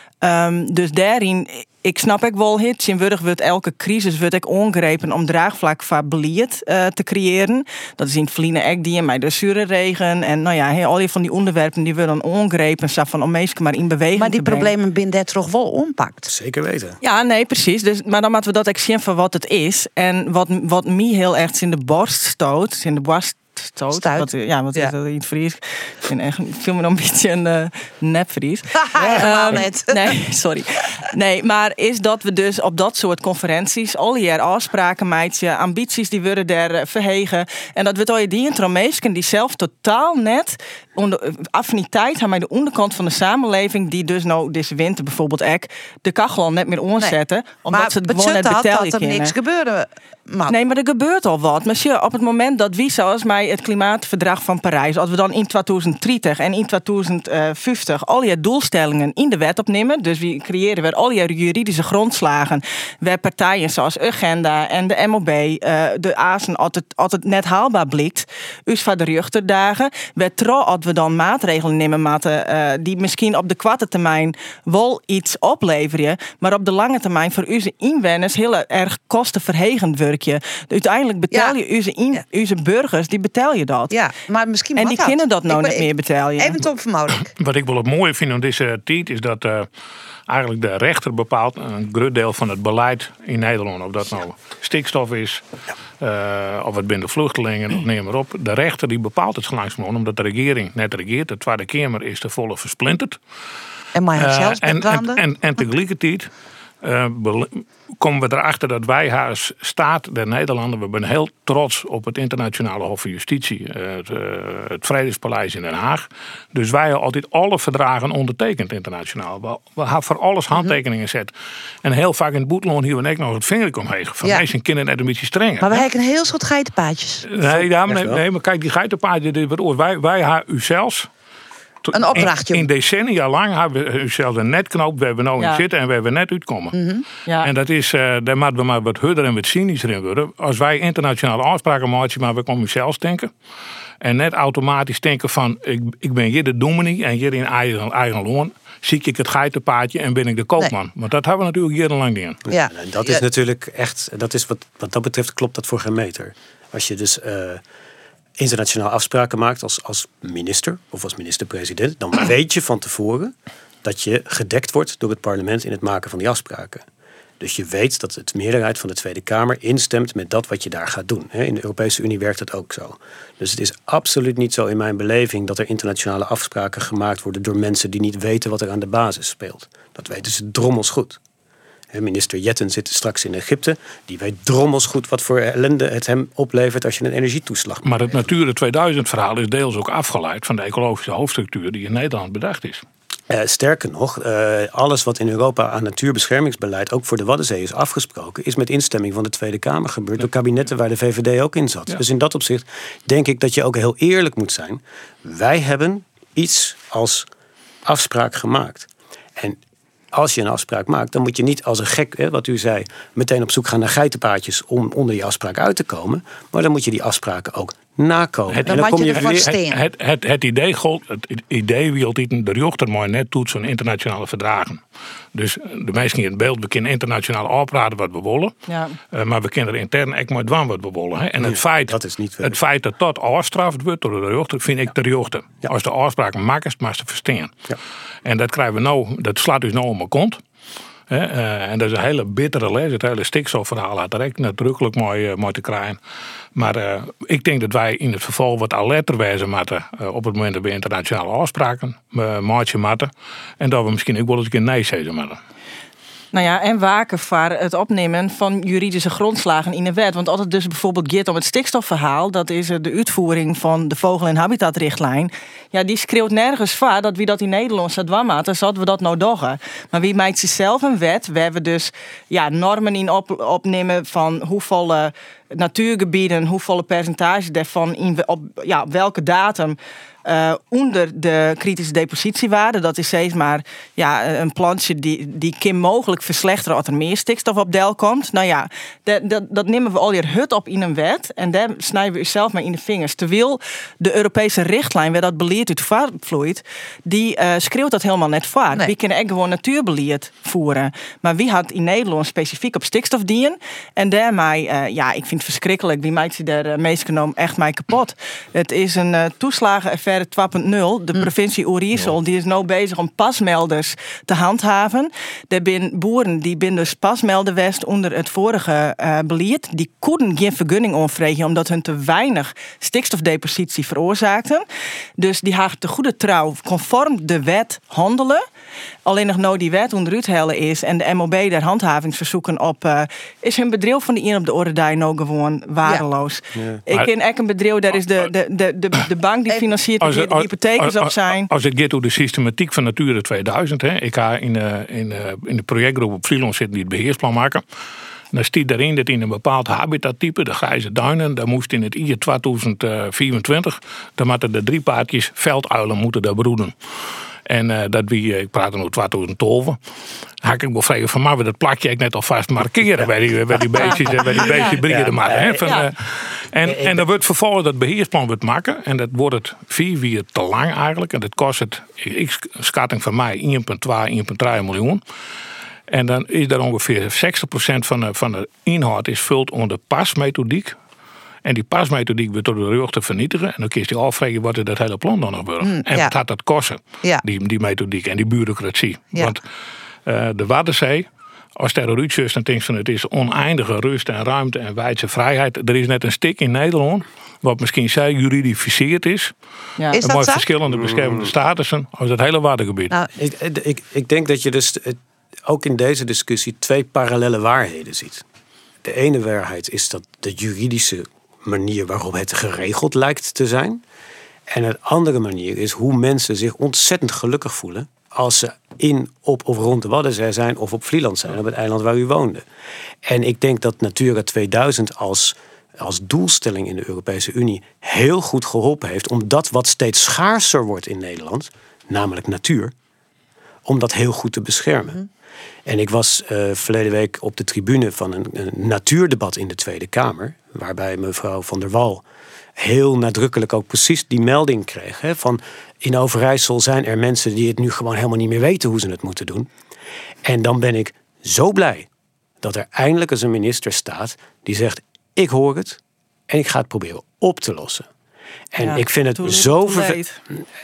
Speaker 21: Um, dus daarin, ik snap ik wel, het zinwürdig wordt elke crisis wordt ik ongrepen om draagvlak van beleid uh, te creëren. Dat is in het verleden ook die met de zure regen en nou ja, al die van die onderwerpen die worden ongrepen, zo van om mensen maar in beweging
Speaker 2: maar die
Speaker 21: te
Speaker 2: problemen binnen dat toch wel ompakt.
Speaker 22: Zeker weten.
Speaker 21: Ja, nee, precies. Dus, maar dan moeten we dat ook zien van wat het is en wat wat mij heel erg in de borst stoot, in de borst. Stoot. Wat, ja, wat ja. is dat in het Fries? Ik vind echt, ik viel me nog een beetje een uh, nepfries.
Speaker 2: Helemaal um, net.
Speaker 21: Nee, sorry. Nee, maar is dat we dus op dat soort conferenties al jaar afspraken meidje, ambities die worden daar uh, verhegen. En dat wordt al je die intromeesken die zelf totaal net onder affiniteit hebben met de onderkant van de samenleving, die dus nou deze winter bijvoorbeeld ook de kachel al net meer omzetten. Nee, omdat
Speaker 2: maar
Speaker 21: ze het gewoon net betelje
Speaker 2: dat er niks gebeurde.
Speaker 21: Maar. Nee, maar er gebeurt al wat. Maar op het moment dat wie, zoals mij het klimaatverdrag van Parijs, als we dan in tweeduizend dertig en in tweeduizend vijftig al je doelstellingen in de wet opnemen, dus we creëren weer al je juridische grondslagen, waar partijen zoals Agenda en de M O B, uh, de ASEN altijd, altijd net haalbaar blikt, us van de rechterdagen, waar trouw als we dan maatregelen nemen maten, uh, die misschien op de korte termijn wel iets opleveren, maar op de lange termijn voor onze inwoners heel erg kostenverhegend werken. Uiteindelijk betaal je ja. onze, in, onze burgers, die betaal je dat.
Speaker 2: Ja, maar misschien
Speaker 21: en die
Speaker 2: dat.
Speaker 21: kunnen dat nou
Speaker 2: ik,
Speaker 21: niet ik, meer betalen.
Speaker 2: Even Tom Vermoding.
Speaker 3: Wat ik wel het mooie vind aan deze tijd is dat uh, eigenlijk de rechter bepaalt een groot deel van het beleid in Nederland. Of dat nou stikstof is, uh, of het binnen de vluchtelingen, of neem maar op. De rechter die bepaalt het langzamerhand, omdat de regering net regeert. De Tweede Kamer is te volle versplinterd.
Speaker 2: En maar uh, zelfs
Speaker 3: en, en, en, en tegelijkertijd Uh, komen we erachter dat wij als staat der Nederlanden, we zijn heel trots op het internationale Hof van Justitie, uh, het, uh, het Vredespaleis in Den Haag. Dus wij hebben altijd alle verdragen ondertekend internationaal. We, we hebben voor alles handtekeningen gezet. En heel vaak in het boetloon hier we ook nog het vinger omheen. Van ja. Mensen kinderen net een beetje strenger.
Speaker 2: Maar we hebben een heel soort geitenpaadjes.
Speaker 3: Nee, ja, maar, nee, nee, maar kijk, die geitenpaadjes, dit wordt wij, wij hebben u zelfs.
Speaker 2: Een opdrachtje.
Speaker 3: In, in decennia lang hebben we zelfs een netknoop waar we nou ja. in zitten en waar we net uitkomen.
Speaker 2: Mm-hmm.
Speaker 21: Ja.
Speaker 3: En dat is, uh, daar moeten we maar wat harder en wat cynischer in worden. Als wij internationale afspraken maken, maar we komen zelfs denken. En net automatisch denken van, ik, ik ben hier de dominee en hier in eigen, eigen loon. Zie ik het geitenpaadje en ben ik de koopman. Nee. Want dat hebben we natuurlijk jarenlang niet.
Speaker 22: Ja. Ja, en dat is ja. natuurlijk echt, dat is wat, wat dat betreft klopt dat voor geen meter. Als je dus Uh, internationaal afspraken maakt als, als minister of als minister-president, dan weet je van tevoren dat je gedekt wordt door het parlement in het maken van die afspraken. Dus je weet dat de meerderheid van de Tweede Kamer instemt met dat wat je daar gaat doen. In de Europese Unie werkt het ook zo. Dus het is absoluut niet zo in mijn beleving dat er internationale afspraken gemaakt worden door mensen die niet weten wat er aan de basis speelt. Dat weten ze drommels goed. Minister Jetten zit straks in Egypte. Die weet drommels goed wat voor ellende het hem oplevert als je een energietoeslag maakt.
Speaker 3: Maar het Natura tweeduizend verhaal is deels ook afgeleid van de ecologische hoofdstructuur die in Nederland bedacht is.
Speaker 22: Uh, sterker nog, uh, alles wat in Europa aan natuurbeschermingsbeleid, ook voor de Waddenzee, is afgesproken, is met instemming van de Tweede Kamer gebeurd, ja. door kabinetten waar de V V D ook in zat. Ja. Dus in dat opzicht denk ik dat je ook heel eerlijk moet zijn. Wij hebben iets als afspraak gemaakt. En als je een afspraak maakt, dan moet je niet als een gek, hè, wat u zei, meteen op zoek gaan naar geitenpaadjes om onder die afspraak uit te komen. Maar dan moet je die afspraken ook nakomen.
Speaker 3: Het,
Speaker 22: en dan kom je
Speaker 3: het,
Speaker 22: weer...
Speaker 3: het, het, het, het idee gold, het idee wil de rechter mooi net toetsen van internationale verdragen. Dus de mensen in het beeld, we kunnen internationaal afpraten wat we willen. Ja. Uh, maar we kunnen er intern echt maar dwang wat we willen. Hè. En
Speaker 22: nee,
Speaker 3: het, feit,
Speaker 22: dat is niet
Speaker 3: het feit dat dat afstraft wordt door de rechter, vind ik de rechter. Ja. Als de afspraken maken, maar ze verstaan. Ja. En dat krijgen we nou, dat slaat dus nou om mijn kont. He, uh, en dat is een hele bittere les. Het hele stikstofverhaal had er echt nadrukkelijk mooi, uh, mooi te krijgen. Maar uh, ik denk dat wij in het vervolg wat alerter wezen moeten uh, op het moment dat we internationale afspraken uh, maken moeten. En dat we misschien ook wel eens een keer nee zeggen moeten.
Speaker 21: Nou ja, en waken voor het opnemen van juridische grondslagen in de wet. Want als het dus bijvoorbeeld gaat om het stikstofverhaal, dat is de uitvoering van de vogel- en habitatrichtlijn. Ja, die schreeuwt nergens voor dat wie dat in Nederland zou dwammaten, zouden we dat nou doggen. Maar wie maakt zichzelf een wet, we hebben dus ja, normen in op, opnemen van hoeveel uh, natuurgebieden, hoeveel percentage daarvan in op ja, welke datum. Uh, onder de kritische depositiewaarde. Dat is steeds maar ja, een plantje die, die kan mogelijk verslechteren als er meer stikstof op del komt. Nou ja, dat, dat, dat nemen we al je hut op in een wet. En daar snijden we zelf maar in de vingers. Terwijl de Europese richtlijn, waar dat beleid uit voortvloeit, die uh, schreeuwt dat helemaal net voor. Nee. Wie kunnen echt gewoon natuurbeleid voeren. Maar wie had in Nederland specifiek op stikstof dienen? En daarmee, uh, ja, ik vind het verschrikkelijk. Wie maakt ze daar uh, meest genomen echt mij kapot? Het is een uh, toeslagenaffaire twee punt nul. De provincie Oerisel, die is nu bezig om pasmelders te handhaven. Er zijn boeren die binnen dus pasmelden west onder het vorige uh, beleid. Die konden geen vergunning onvregen omdat hun te weinig stikstofdepositie veroorzaakten. Dus die hadden te goede trouw conform de wet handelen. Alleen nog nou die wet onderuit hellen is en de M O B daar handhavingsverzoeken op, uh, is hun bedrijf van de een op de orde daar nou gewoon waardeloos. Ja. Ja. Ik ken echt een bedrijf, daar is de, de, de, de, de bank die financiert
Speaker 3: als,
Speaker 21: de hypothekers op zijn.
Speaker 3: Als ik dit door de systematiek van Natura tweeduizend, hè, ik ga in, uh, in, uh, in de projectgroep op Vlieland zitten die het beheersplan maken. Dan staat daarin dat in een bepaald habitattype, de grijze duinen, daar moest in het jaar tweeduizend vierentwintig, daar moeten de drie paardjes velduilen moeten daar broeden. En uh, dat wie, ik praat nu tweeduizend twaalf. Had ik wel vragen van, maar we dat plakje ik net alvast markeren bij die, bij die beestjes, bij die beestjes brieren maken. Hè, van, ja. uh, en, en dan wordt vervolgens dat beheersplan wordt maken. En dat wordt het vier weer te lang eigenlijk. En dat kost het, ik schatting van mij, één komma twee, één komma drie miljoen. En dan is er ongeveer zestig procent van de, van de inhoud is vult onder pasmethodiek. En die pasmethodiek wordt door de rechter vernietigen. En dan kun je je afvragen wat er dat hele plan dan nog wordt. Mm, en ja. wat gaat dat kosten, ja. die, die methodiek en die bureaucratie. Ja. Want uh, de Waddenzee, als er eruit zust en denkt van het is oneindige rust en ruimte en wijdse vrijheid. Er is net een stik in Nederland, wat misschien zij juridificeerd is. Ja. Is dat mooi zo? Verschillende beschermde statussen als het hele Waddengebied.
Speaker 22: Nou, ik, ik, ik denk dat je dus ook in deze discussie twee parallele waarheden ziet. De ene waarheid is dat de juridische manier waarop het geregeld lijkt te zijn. En een andere manier is hoe mensen zich ontzettend gelukkig voelen als ze in, op of rond de Waddenzee zijn of op Vlieland zijn, op het eiland waar u woonde. En ik denk dat Natura tweeduizend als, als doelstelling in de Europese Unie heel goed geholpen heeft om dat wat steeds schaarser wordt in Nederland, namelijk natuur, om dat heel goed te beschermen. Mm-hmm. En ik was uh, verleden week op de tribune van een, een natuurdebat in de Tweede Kamer, waarbij mevrouw Van der Wal heel nadrukkelijk ook precies die melding kreeg. Hè, van in Overijssel zijn er mensen die het nu gewoon helemaal niet meer weten hoe ze het moeten doen. En dan ben ik zo blij dat er eindelijk eens een minister staat die zegt, ik hoor het en ik ga het proberen op te lossen. En ja, ik vind het zo vervelend.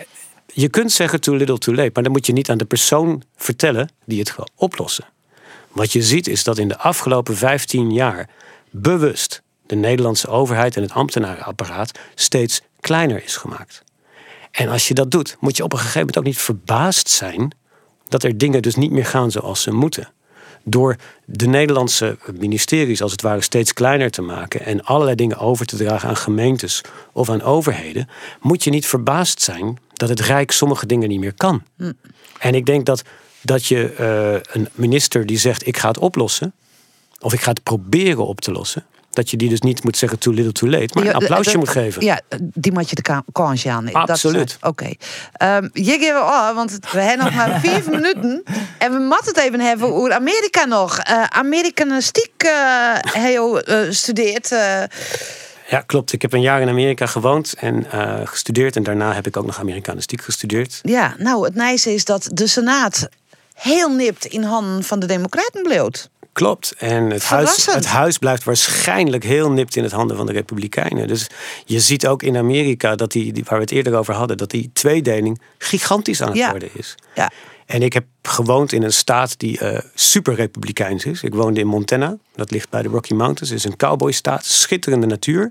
Speaker 22: Je kunt zeggen too little too late, maar dan moet je niet aan de persoon vertellen die het gaat oplossen. Wat je ziet is dat in de afgelopen vijftien jaar bewust de Nederlandse overheid en het ambtenarenapparaat steeds kleiner is gemaakt. En als je dat doet, moet je op een gegeven moment ook niet verbaasd zijn dat er dingen dus niet meer gaan zoals ze moeten. Door de Nederlandse ministeries als het ware steeds kleiner te maken en allerlei dingen over te dragen aan gemeentes of aan overheden, moet je niet verbaasd zijn dat het Rijk sommige dingen niet meer kan.
Speaker 2: Hm.
Speaker 22: En ik denk dat, dat je uh, een minister die zegt ik ga het oplossen, of ik ga het proberen op te lossen, dat je die dus niet moet zeggen too little too late, maar een applausje
Speaker 2: dat,
Speaker 22: moet geven.
Speaker 2: Ja, die moet je de kans aan.
Speaker 22: Absoluut.
Speaker 2: Oké. Okay. Um, je geeft oh, want we hebben nog maar vier minuten en we moeten het even hebben over Amerika nog. Uh, Amerikanistiek uh, heel uh, studeert. Uh,
Speaker 22: Ja, klopt. Ik heb een jaar in Amerika gewoond en uh, gestudeerd. En daarna heb ik ook nog Amerikanistiek gestudeerd.
Speaker 2: Ja, nou, het nice is dat de Senaat heel nipt in handen van de Democraten bleef.
Speaker 22: Klopt. En het huis, het huis blijft waarschijnlijk heel nipt in het handen van de Republikeinen. Dus je ziet ook in Amerika, dat die, die, waar we het eerder over hadden, dat die tweedeling gigantisch aan het
Speaker 2: ja.
Speaker 22: worden is.
Speaker 2: Ja.
Speaker 22: En ik heb gewoond in een staat die uh, super republikeins is. Ik woonde in Montana. Dat ligt bij de Rocky Mountains. Het is een cowboystaat. Schitterende natuur.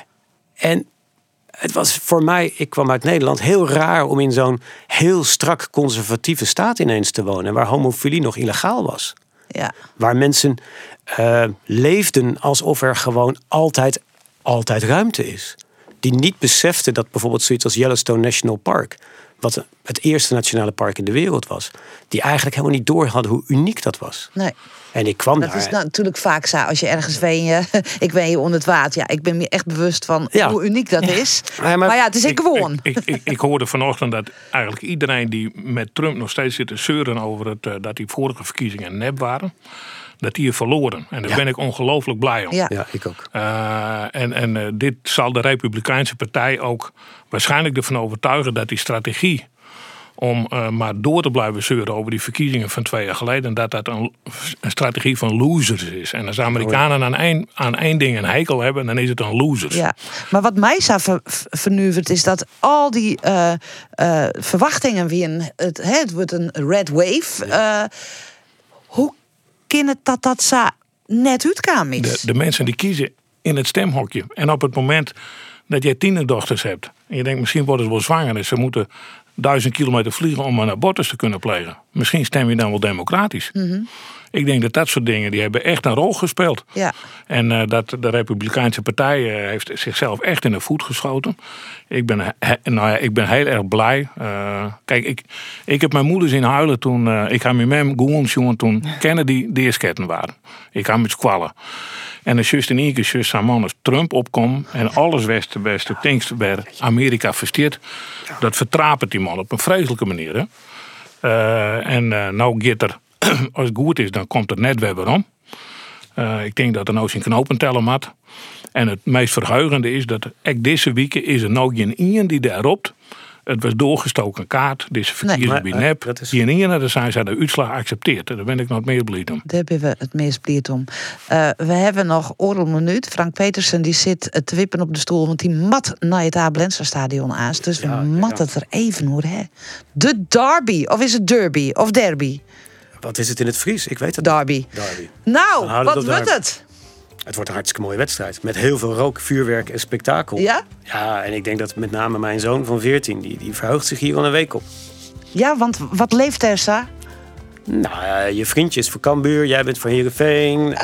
Speaker 22: En het was voor mij, ik kwam uit Nederland, heel raar om in zo'n heel strak conservatieve staat ineens te wonen. Waar homofilie nog illegaal was.
Speaker 2: Ja.
Speaker 22: Waar mensen uh, leefden alsof er gewoon altijd, altijd ruimte is. Die niet beseften dat bijvoorbeeld zoiets als Yellowstone National Park, wat het eerste nationale park in de wereld was, die eigenlijk helemaal niet door hadden hoe uniek dat was.
Speaker 2: Nee.
Speaker 22: En ik kwam
Speaker 2: dat
Speaker 22: daar.
Speaker 2: Dat is natuurlijk vaak zo. Als je ergens ween je, ik ben hier onder het water. Ja, ik ben me echt bewust van ja. hoe uniek dat is. Ja, maar, maar ja, het is ik gewoon.
Speaker 3: Ik, ik, ik, ik hoorde vanochtend dat eigenlijk iedereen die met Trump nog steeds zit te zeuren over het, uh, dat die vorige verkiezingen nep waren, dat die je verloren. En daar ja. ben ik ongelooflijk blij om.
Speaker 22: Ja, ja ik ook.
Speaker 3: Uh, en en uh, dit zal de Republikeinse partij ook waarschijnlijk ervan overtuigen dat die strategie om uh, maar door te blijven zeuren over die verkiezingen van twee jaar geleden, dat dat een, een strategie van losers is. En als de Amerikanen aan één, aan één ding een hekel hebben, dan is het een losers.
Speaker 2: Ja, maar wat mij zo ver, vernuvert is dat al die uh, uh, verwachtingen wie een, het, het wordt een red wave. Ja. Uh, hoe kan het dat dat zo net uitkwam is?
Speaker 3: De, de mensen die kiezen in het stemhokje. En op het moment dat jij tienerdochters hebt en je denkt misschien worden ze wel zwanger en ze moeten duizend kilometer vliegen om een abortus te kunnen plegen. Misschien stem je dan wel democratisch.
Speaker 2: Mm-hmm.
Speaker 3: Ik denk dat dat soort dingen, die hebben echt een rol gespeeld.
Speaker 2: Ja.
Speaker 3: En uh, dat de Republikeinse partij uh, heeft zichzelf echt in de voet geschoten. Ik ben, he, nou ja, ik ben heel erg blij. Uh, kijk, ik, ik heb mijn moeder zien huilen toen, uh, ik had met hem gewoon toen Kennedy de eerste waren. Ik had met squallen. En als juist in één keer juist zijn man als Trump opkomt en alles beste beste things bij Amerika versteert, dat vertrapert die man op een vreselijke manier. Hè? Uh, en uh, nou gaat er, als het goed is, dan komt het net weer om. Uh, ik denk dat er nou zijn knopen tellen had. En het meest verheugende is dat ook deze week is er nou geen ien die daar roept. Het was doorgestoken kaart, deze verkiezingen bij nep. Is... Die in ene zijn ze de uitslag geaccepteerd. Daar ben ik nog het meest blij om.
Speaker 2: Daar ben we het meest blij om. Uh, we hebben nog oorlog minuut. Frank Petersen die zit te wippen op de stoel, want die mat naar het Abelensra-stadion aan. Dus we ja, mat ja. het er even hoor. Hè. De derby, of is het derby of derby?
Speaker 22: Wat is het in het Fries? Ik weet het
Speaker 2: derby.
Speaker 22: niet. Derby.
Speaker 2: Nou, wat wordt het?
Speaker 22: Het wordt een hartstikke mooie wedstrijd. Met heel veel rook, vuurwerk en spektakel.
Speaker 2: Ja?
Speaker 22: Ja, en ik denk dat met name mijn zoon van veertien... die, die verheugt zich hier al een week op.
Speaker 2: Ja, want wat leeft er, Sa?
Speaker 22: Nou, uh, je vriendje is voor Cambuur, jij bent voor Heerenveen. Uh,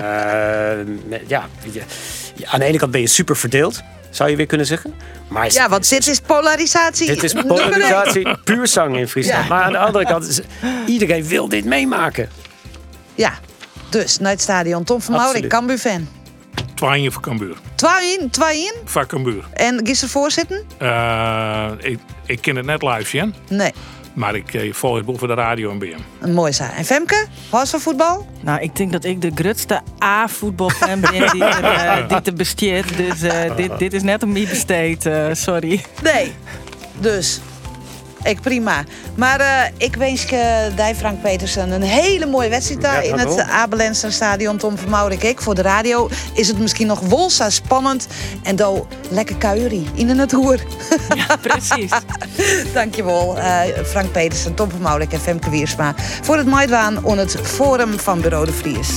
Speaker 22: ja, je, aan de ene kant ben je super verdeeld, zou je weer kunnen zeggen. Maar
Speaker 2: ja, want dit is polarisatie.
Speaker 22: Dit is polarisatie, puur zang in Friesland. Ja. Maar aan de andere kant, is, iedereen wil dit meemaken.
Speaker 2: Ja, dus naar het stadion. Tom van Maurik, Cambuur-fan.
Speaker 3: Twaaien voor Cambuur.
Speaker 2: Twaaien? Twaaien?
Speaker 3: Voor Cambuur.
Speaker 2: En gisteren voorzitten?
Speaker 3: Uh, ik, ik ken het net live zien.
Speaker 2: Nee.
Speaker 3: Maar ik uh, volg het boven de radio en B M.
Speaker 2: Een mooi zaak. En Femke, houdt van voetbal?
Speaker 21: Nou, ik denk dat ik de grootste A-voetbalfan ben die er, uh, die te besteedt. Dus uh, dit, dit is net om mij besteed. Uh, sorry.
Speaker 2: Nee. Dus... Ik prima. Maar uh, ik wens je, die Frank Petersen, een hele mooie wedstrijd daar ja, in het Abelensra stadion. Tom van Maurik, ik voor de radio. Is het misschien nog wolsa spannend. En dan lekker kuierie in de natuur.
Speaker 21: Ja, precies.
Speaker 2: Dankjewel, uh, Frank Petersen, Tom van Maurik en Femke Wiersma. Voor het Maidwaan on het Forum van Bureau de Vries.